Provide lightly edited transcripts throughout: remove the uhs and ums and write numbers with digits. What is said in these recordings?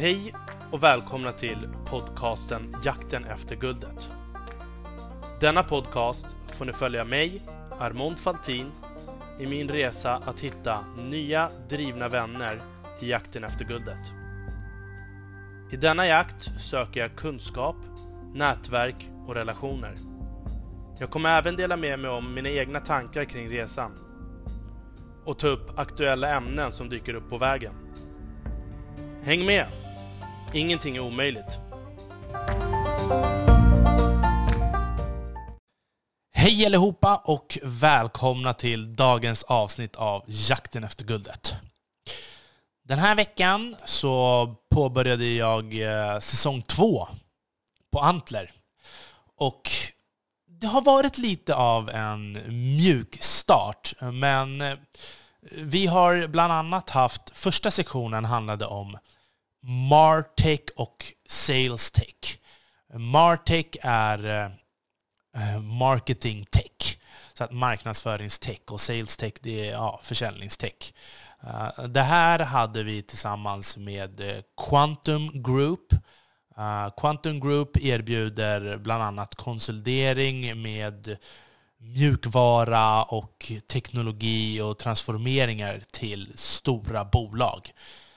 Hej och välkomna till podcasten Jakten efter guldet. Denna podcast får ni följa mig, Armond Faltin, i min resa att hitta nya drivna vänner i jakten efter guldet. I denna jakt söker jag kunskap, nätverk och relationer. Jag kommer även dela med mig om mina egna tankar kring resan och ta upp aktuella ämnen som dyker upp på vägen. Häng med! Ingenting är omöjligt. Hej allihopa och välkomna till dagens avsnitt av Jakten efter guldet. Den här veckan så påbörjade jag säsong 2 på Antler. Och det har varit lite av en mjuk start, men vi har bland annat haft, första sektionen handlade om Martech och Sales Tech. Martech är marketing tech, så att marknadsföringstech, och Sales Tech det är försäljningstech. Det här hade vi tillsammans med Quantum Group. Quantum Group erbjuder bland annat konsolidering med mjukvara och teknologi och transformeringar till stora bolag.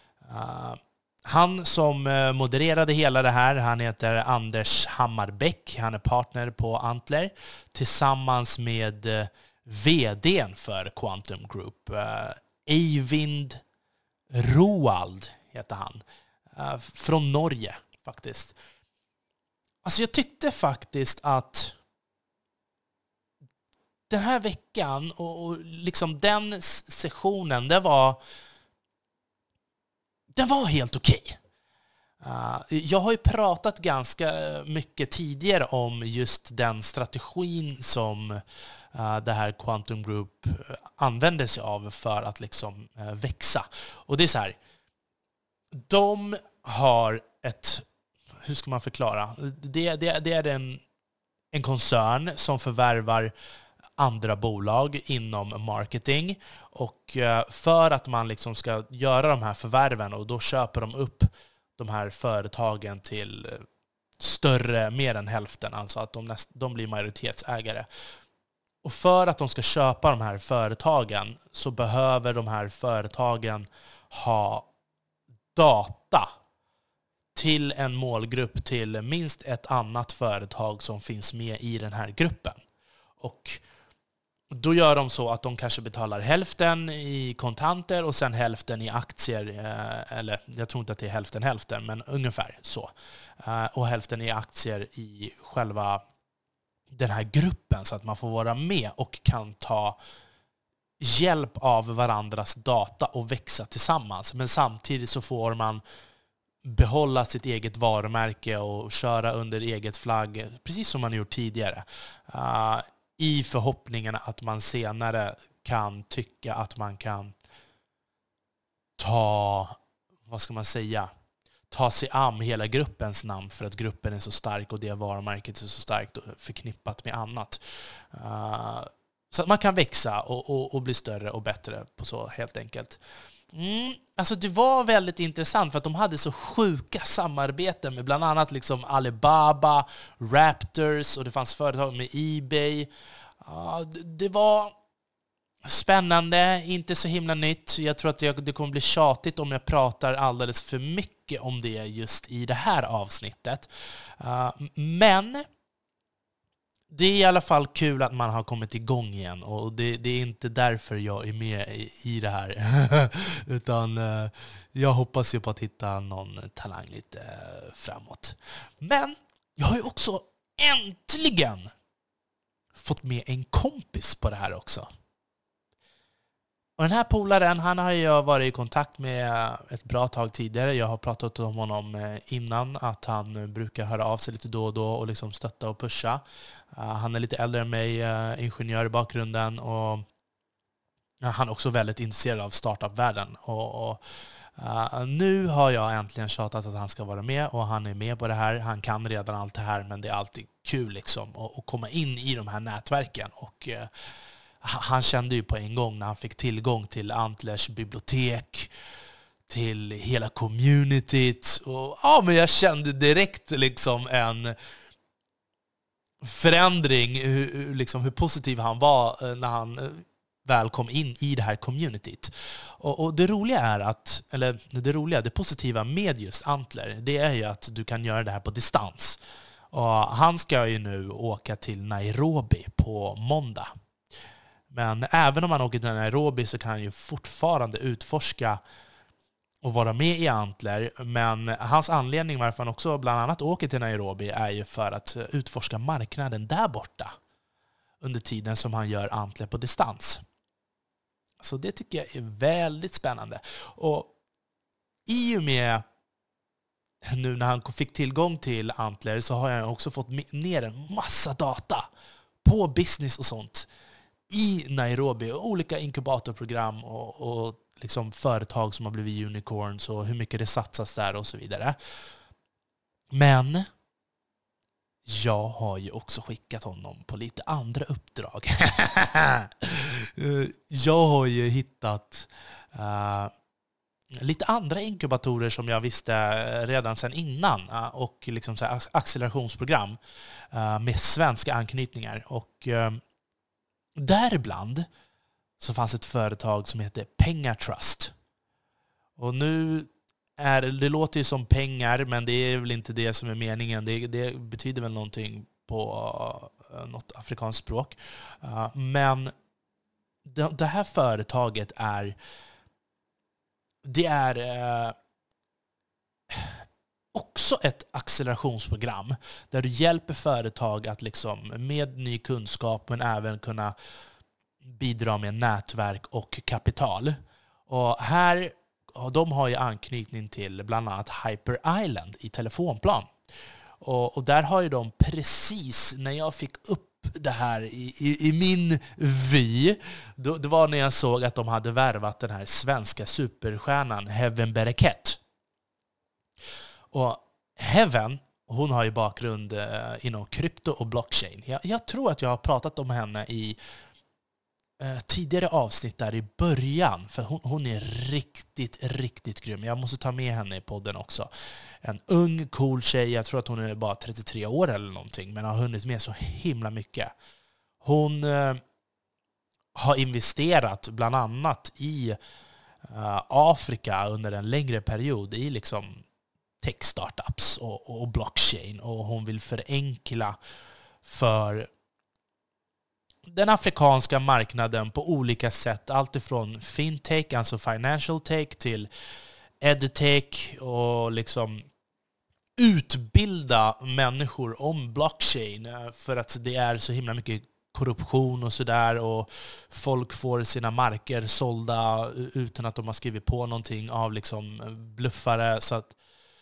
Han som modererade hela det här, han heter Anders Hammarbäck. Han är partner på Antler tillsammans med vdn för Quantum Group. Eivind Roald heter han. Från Norge faktiskt. Alltså jag tyckte faktiskt att den här veckan och liksom den sessionen, den var helt okej. Jag har ju pratat ganska mycket tidigare om just den strategin som det här Quantum Group använder sig av för att liksom växa. Och det är så här, de har ett, hur ska man förklara? Det är en koncern som förvärvar andra bolag inom marketing, och för att man liksom ska göra de här förvärven, och då köper de upp de här företagen till större, mer än hälften, alltså att de blir majoritetsägare. Och för att de ska köpa de här företagen så behöver de här företagen ha data till en målgrupp till minst ett annat företag som finns med i den här gruppen. Och då gör de så att de kanske betalar hälften i kontanter och sen hälften i aktier, eller jag tror inte att det är hälften, men ungefär så. Och hälften i aktier i själva den här gruppen, så att man får vara med och kan ta hjälp av varandras data och växa tillsammans. Men samtidigt så får man behålla sitt eget varumärke och köra under eget flagg, precis som man gjort tidigare. I förhoppningen att man senare kan tycka att man kan ta sig an hela gruppens namn, för att gruppen är så stark och det varumärket är så starkt och förknippat med annat. Så att man kan växa och bli större och bättre på så, helt enkelt. Alltså det var väldigt intressant för att de hade så sjuka samarbeten med bland annat liksom Alibaba, Raptors, och det fanns företag med eBay. Det var spännande, inte så himla nytt. Jag tror att det kommer bli tjatigt om jag pratar alldeles för mycket om det just i det här avsnittet. Men det är i alla fall kul att man har kommit igång igen, och det är inte därför jag är med i det här. Utan jag hoppas ju på att hitta någon talang lite framåt. Men jag har ju också äntligen fått med en kompis på det här också. Och den här polaren, han har jag varit i kontakt med ett bra tag tidigare. Jag har pratat om honom innan, att han brukar höra av sig lite då och då och liksom stötta och pusha. Han är lite äldre än mig, ingenjör i bakgrunden, och han är också väldigt intresserad av startup-världen. Och nu har jag äntligen tjatat att han ska vara med, och han är med på det här. Han kan redan allt det här, men det är alltid kul liksom att komma in i de här nätverken. Och han kände ju på en gång när han fick tillgång till Antlers bibliotek, till hela communityt. Och ja, men jag kände direkt liksom en förändring, hur positiv han var när han väl kom in i det här communityt. Och det roliga är att, det positiva med just Antler, det är ju att du kan göra det här på distans. Och han ska ju nu åka till Nairobi på måndag. Men även om han åker till Nairobi så kan han ju fortfarande utforska och vara med i Antler. Men hans anledning varför han också bland annat åker till Nairobi är ju för att utforska marknaden där borta under tiden som han gör Antler på distans. Så det tycker jag är väldigt spännande. Och i och med nu när han fick tillgång till Antler så har jag också fått ner en massa data på business och sånt i Nairobi. Olika inkubatorprogram och liksom företag som har blivit unicorns och hur mycket det satsas där och så vidare. Men jag har ju också skickat honom på lite andra uppdrag. Jag har ju hittat lite andra inkubatorer som jag visste redan sedan innan och liksom så här accelerationsprogram med svenska anknytningar. Och däribland så fanns ett företag som heter Pengatrust. Och nu det låter ju som pengar, men det är väl inte det som är meningen. Det betyder väl någonting på något afrikanskt språk. Men det här företaget är också ett accelerationsprogram där du hjälper företag att liksom med ny kunskap men även kunna bidra med nätverk och kapital. Och här, de har ju anknytning till bland annat Hyper Island i telefonplan. Och där har ju de precis, när jag fick upp det här i min vy, det var när jag såg att de hade värvat den här svenska superstjärnan Heaven Bereket. Och Heaven, hon har ju bakgrund inom krypto och blockchain. Jag tror att jag har pratat om henne i tidigare avsnitt där i början, för hon är riktigt, riktigt grym. Jag måste ta med henne i podden också. En ung, cool tjej, jag tror att hon är bara 33 år eller någonting, men har hunnit med så himla mycket. Hon har investerat bland annat i Afrika under en längre period i liksom tech-startups och blockchain, och hon vill förenkla för den afrikanska marknaden på olika sätt. Allt ifrån fintech, alltså financial tech, till edtech och liksom utbilda människor om blockchain, för att det är så himla mycket korruption och sådär, och folk får sina marker sålda utan att de har skrivit på någonting av liksom bluffare. Så att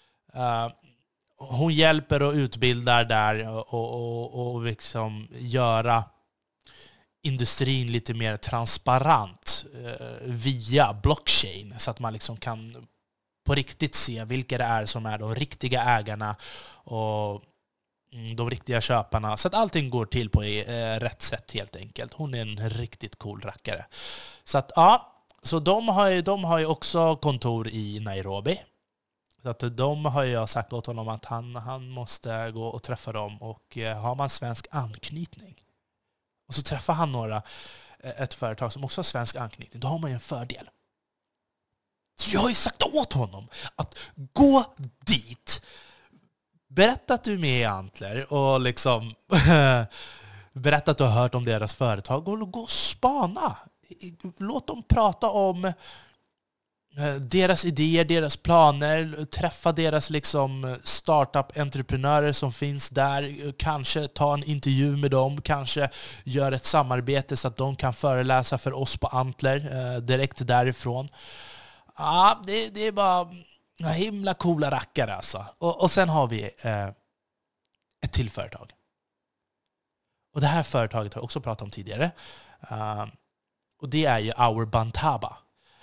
hon hjälper och utbildar där och liksom göra industrin lite mer transparent via blockchain, så att man liksom kan på riktigt se vilka det är som är de riktiga ägarna och de riktiga köparna, så att allting går till på rätt sätt helt enkelt. Hon är en riktigt cool rackare. Så att så de har ju också kontor i Nairobi. Så att de har jag sagt åt honom att han måste gå och träffa dem, och har man svensk anknytning och så träffar han ett företag som också har svensk anknytning, då har man ju en fördel. Så jag har ju sagt åt honom att gå dit, berätta att du är med i Antler och liksom berätta att du har hört om deras företag, och gå och spana. Låt dem prata om deras idéer, deras planer, träffa deras liksom startup-entreprenörer som finns där, kanske ta en intervju med dem, kanske göra ett samarbete så att de kan föreläsa för oss på Antler direkt därifrån. Ja, det är bara himla coola rackare alltså. Och sen har vi ett till företag. Och det här företaget har jag också pratat om tidigare. Och det är ju Our Bantaba.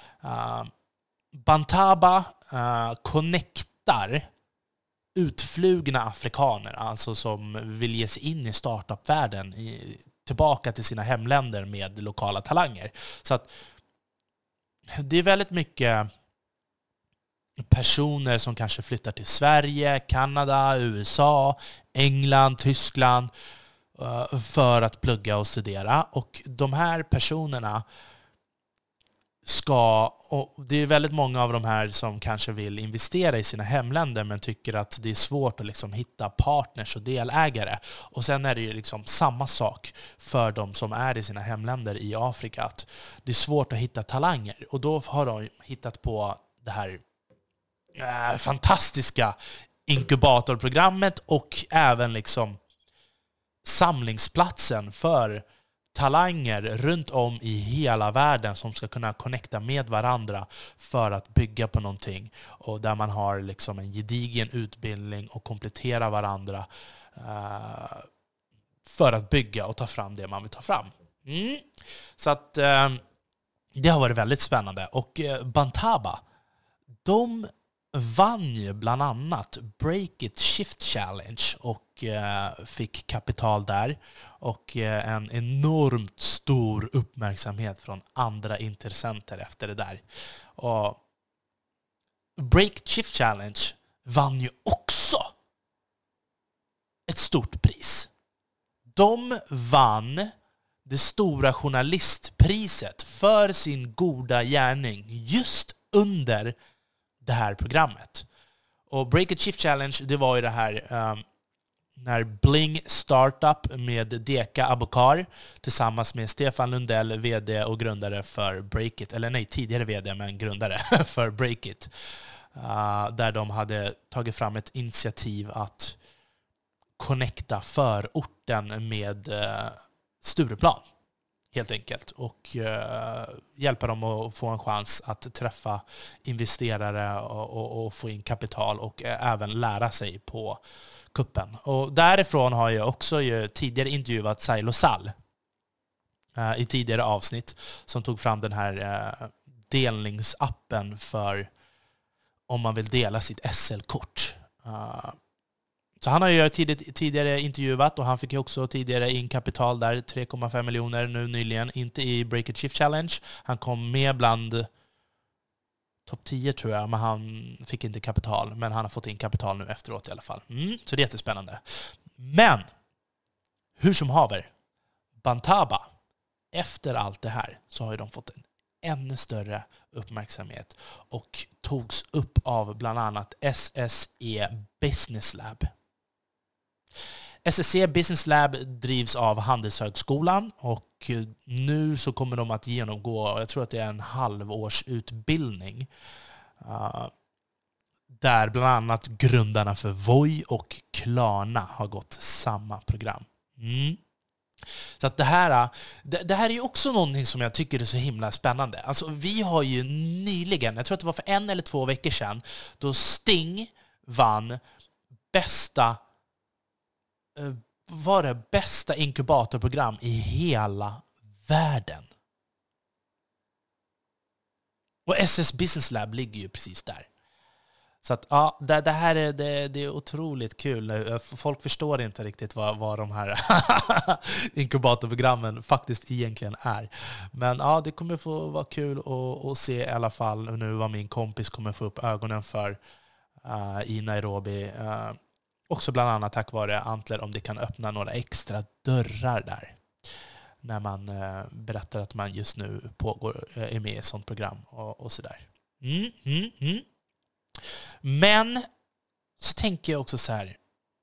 Bantaba connectar utflugna afrikaner, alltså som vill ge sig in i startup-världen, tillbaka till sina hemländer med lokala talanger. Så att det är väldigt mycket personer som kanske flyttar till Sverige, Kanada, USA, England, Tyskland för att plugga och studera. Och de här personerna och det är väldigt många av de här som kanske vill investera i sina hemländer men tycker att det är svårt att liksom hitta partners och delägare. Och sen är det ju liksom samma sak för de som är i sina hemländer i Afrika, att det är svårt att hitta talanger. Och då har de hittat på det här fantastiska inkubatorprogrammet och även liksom samlingsplatsen för talanger runt om i hela världen som ska kunna connecta med varandra för att bygga på någonting, och där man har liksom en gedigen utbildning och komplettera varandra för att bygga och ta fram det man vill ta fram. Så att det har varit väldigt spännande. Och Bantaba, de vann ju bland annat Break It Shift Challenge och fick kapital där och en enormt stor uppmärksamhet från andra intressenter efter det där. Och Break It Shift Challenge vann ju också ett stort pris. De vann det stora journalistpriset för sin goda gärning just under det här programmet. Och Break It Shift Challenge, det var ju det här när Bling Startup med Deka Abokar tillsammans med Stefan Lundell, vd och grundare för Break It, eller nej, tidigare vd men grundare för Break It, där de hade tagit fram ett initiativ att connecta förorten med Stureplan helt enkelt, och hjälpa dem att få en chans att träffa investerare och få in kapital och även lära sig på kuppen. Och därifrån har jag också tidigare intervjuat Sailo Sall i tidigare avsnitt som tog fram den här delningsappen för om man vill dela sitt SL-kort. Så han har ju tidigare intervjuat, och han fick ju också tidigare in kapital där, 3,5 miljoner nu nyligen, inte i Break It Shift Challenge. Han kom med bland topp 10 tror jag, men han fick inte kapital. Men han har fått in kapital nu efteråt i alla fall. Så det är jättespännande. Men hur som haver, Bantaba, efter allt det här så har ju de fått en ännu större uppmärksamhet och togs upp av bland annat SSE Business Lab. SSE Business Lab drivs av Handelshögskolan, och nu så kommer de att genomgå, jag tror att det är en halvårsutbildning där bland annat grundarna för Voi och Klarna har gått samma program. Så att det här är ju också någonting som jag tycker är så himla spännande. Alltså vi har ju nyligen, jag tror att det var för 1 eller 2 veckor sedan, då Sting vann bästa inkubatorprogram i hela världen. Och SS Business Lab ligger ju precis där. Så att ja, det här är otroligt kul. Folk förstår inte riktigt vad de här inkubatorprogrammen faktiskt egentligen är. Men ja, det kommer få vara kul att se i alla fall nu vad min kompis kommer få upp ögonen för i Nairobi. Också bland annat tack vare Antler, om det kan öppna några extra dörrar där. När man berättar att man just nu är med i ett sånt program och sådär. Men så tänker jag också så här,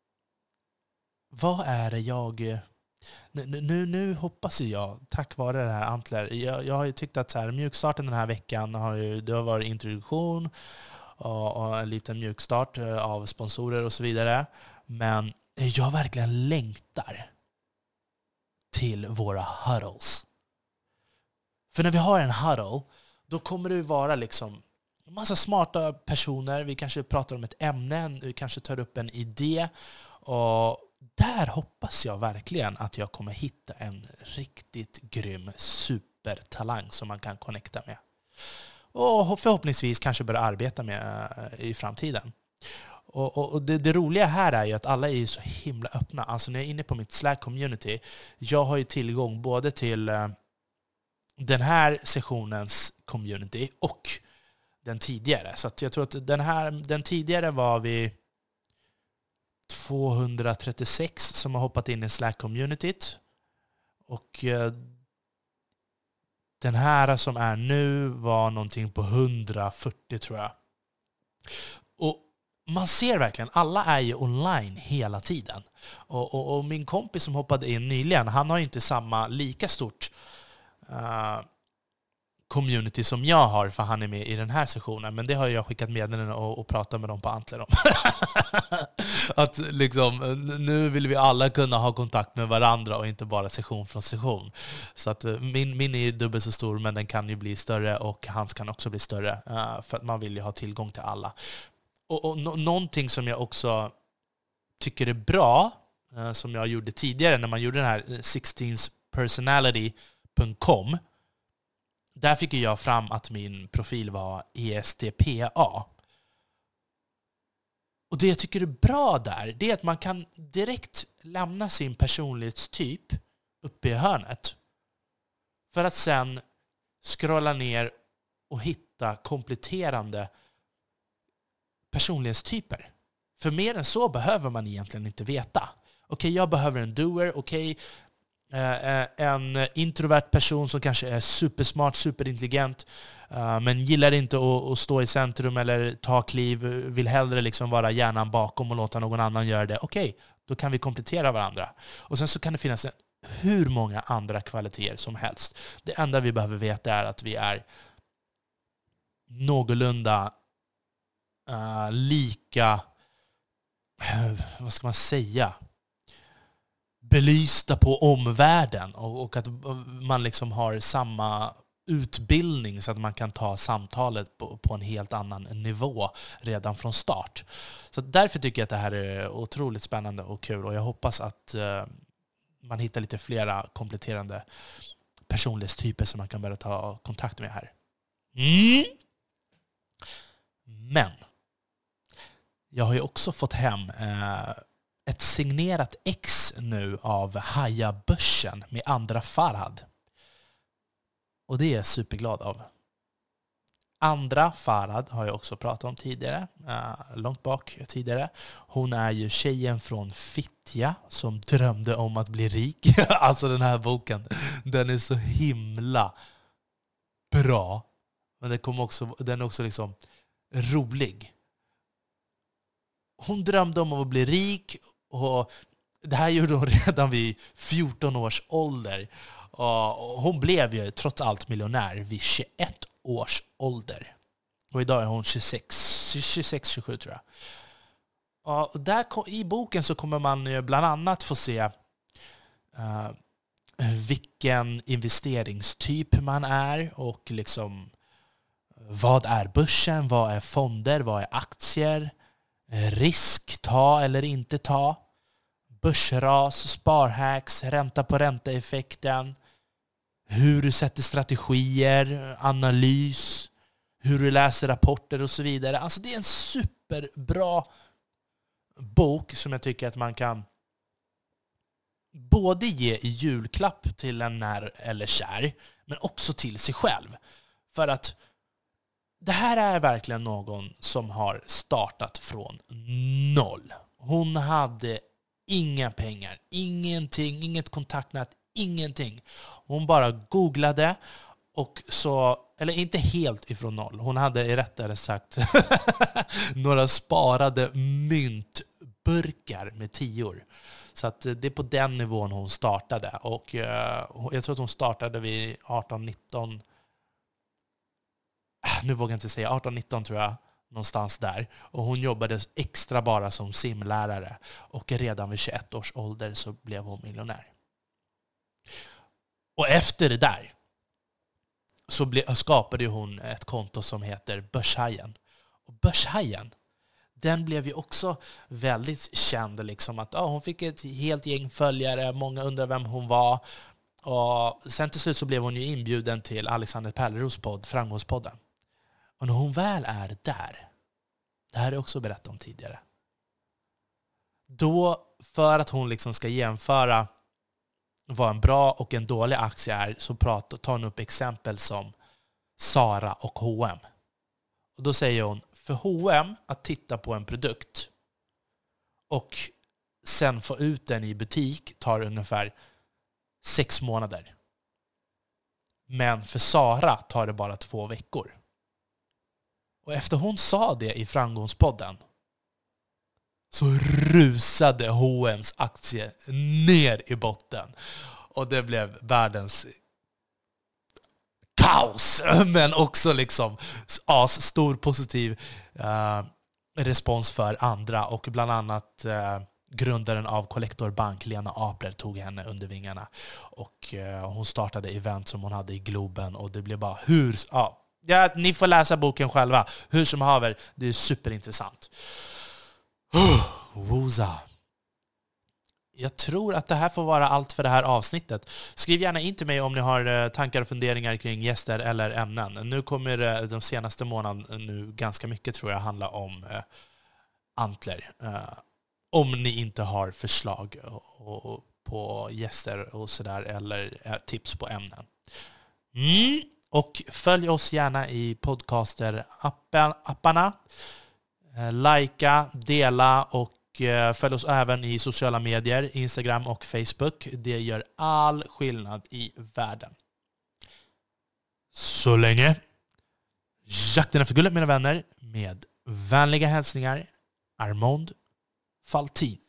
vad är det jag... Nu hoppas jag, tack vare det här Antler, jag har ju tyckt att så här, mjukstarten den här veckan det har varit introduktion och en liten mjukstart av sponsorer och så vidare. Men jag verkligen längtar till våra huddles. För när vi har en huddle, då kommer det vara liksom en massa smarta personer. Vi kanske pratar om ett ämne, vi kanske tar upp en idé. Och där hoppas jag verkligen att jag kommer hitta en riktigt grym supertalang som man kan connecta med. Och förhoppningsvis kanske börja arbeta med i framtiden. Och det roliga här är ju att alla är så himla öppna. Alltså när jag är inne på mitt Slack-community, jag har ju tillgång både till den här sessionens community och den tidigare. Så att jag tror att den tidigare var vi 236 som har hoppat in i Slack-communityt. Och den här som är nu var någonting på 140 tror jag. Och man ser verkligen, alla är ju online hela tiden. Och min kompis som hoppade in nyligen, han har ju inte samma lika stort community som jag har, för han är med i den här sessionen. Men det har jag skickat meddelanden och pratat med dem på Antler om. Att liksom, nu vill vi alla kunna ha kontakt med varandra och inte bara session från session. Så att min är dubbelt så stor, men den kan ju bli större, och hans kan också bli större. För att man vill ju ha tillgång till alla. Och någonting som jag också tycker är bra, som jag gjorde tidigare när man gjorde den här 16personality.com, där fick jag fram att min profil var ESTPA. Och det jag tycker är bra där, det är att man kan direkt lämna sin personlighetstyp uppe i hörnet. För att sen scrolla ner och hitta kompletterande personlighetstyper. För mer än så behöver man egentligen inte veta. Okej, jag behöver en doer, en introvert person som kanske är supersmart, superintelligent, men gillar inte att stå i centrum eller ta kliv, vill hellre liksom vara hjärnan bakom och låta någon annan göra det. Okej, då kan vi komplettera varandra. Och sen så kan det finnas hur många andra kvaliteter som helst. Det enda vi behöver veta är att vi är någorlunda lika, vad ska man säga, belysta på omvärlden, och att man liksom har samma utbildning så att man kan ta samtalet på en helt annan nivå redan från start. Så därför tycker jag att det här är otroligt spännande och kul, och jag hoppas att man hittar lite flera kompletterande personlighetstyper som man kan börja ta kontakt med här. Men jag har ju också fått hem ett signerat ex nu av Haja-börsen med Andra Farhad. Och det är jag superglad av. Andra Farhad har jag också pratat om tidigare, långt bak tidigare. Hon är ju tjejen från Fittja som drömde om att bli rik. Alltså den här boken, den är så himla bra. Men den är också liksom rolig. Hon drömde om att bli rik, och det här gjorde hon redan vid 14 års ålder. Och hon blev ju trots allt miljonär vid 21 års ålder. Och idag är hon 26-27 tror jag. Och där, i boken så kommer man bland annat få se vilken investeringstyp man är, och liksom vad är börsen, vad är fonder, vad är aktier, risk, ta eller inte ta, börsras, sparhacks, ränta på ränta-effekten, hur du sätter strategier, analys, hur du läser rapporter och så vidare. Alltså det är en superbra bok som jag tycker att man kan både ge i julklapp till en när eller kär, men också till sig själv. För att det här är verkligen någon som har startat från noll. Hon hade inga pengar, ingenting, inget kontaktnät, ingenting. Hon bara googlade, och så, eller inte helt ifrån noll. Hon hade rättare sagt några sparade myntburkar med 10. Så att det är på den nivån hon startade. Och jag tror att hon startade vid 18-19. Nu vågar jag inte säga 18-19 tror jag, någonstans där. Och hon jobbade extra bara som simlärare. Och redan vid 21 års ålder så blev hon miljonär. Och efter det där så skapade hon ett konto som heter Börshajen. Och Börshajen, den blev ju också väldigt känd. Liksom att hon fick ett helt gäng följare, många undrar vem hon var. Och sen till slut så blev hon ju inbjuden till Alexander Pärleros podd, Framgångspodden. Och när hon väl är där, det här är också berättat om tidigare, då för att hon liksom ska jämföra vad en bra och en dålig aktie är, så tar hon upp exempel som Sara och H&M. Och då säger hon, för H&M att titta på en produkt och sen få ut den i butik tar ungefär 6 månader. Men för Zara tar det bara 2 veckor. Och efter hon sa det i Framgångspodden så rusade H&M's aktie ner i botten. Och det blev världens kaos, men också liksom stor positiv respons för andra. Och bland annat grundaren av Collector Bank, Lena Apler, tog henne under vingarna. Och hon startade event som hon hade i Globen. Och det blev bara ni får läsa boken själva. Hur som haver, det är superintressant. Woza. Jag tror att det här får vara allt för det här avsnittet. Skriv gärna in till mig om ni har tankar och funderingar kring gäster eller ämnen. Nu kommer de senaste månaderna ganska mycket, tror jag, handla om Antler. Om ni inte har förslag på gäster och sådär, eller tips på ämnen. Och följ oss gärna i podcaster-apparna. Lajka, dela och följ oss även i sociala medier, Instagram och Facebook. Det gör all skillnad i världen. Så länge. Jakten efter guldet, mina vänner. Med vänliga hälsningar, Armond Faltin.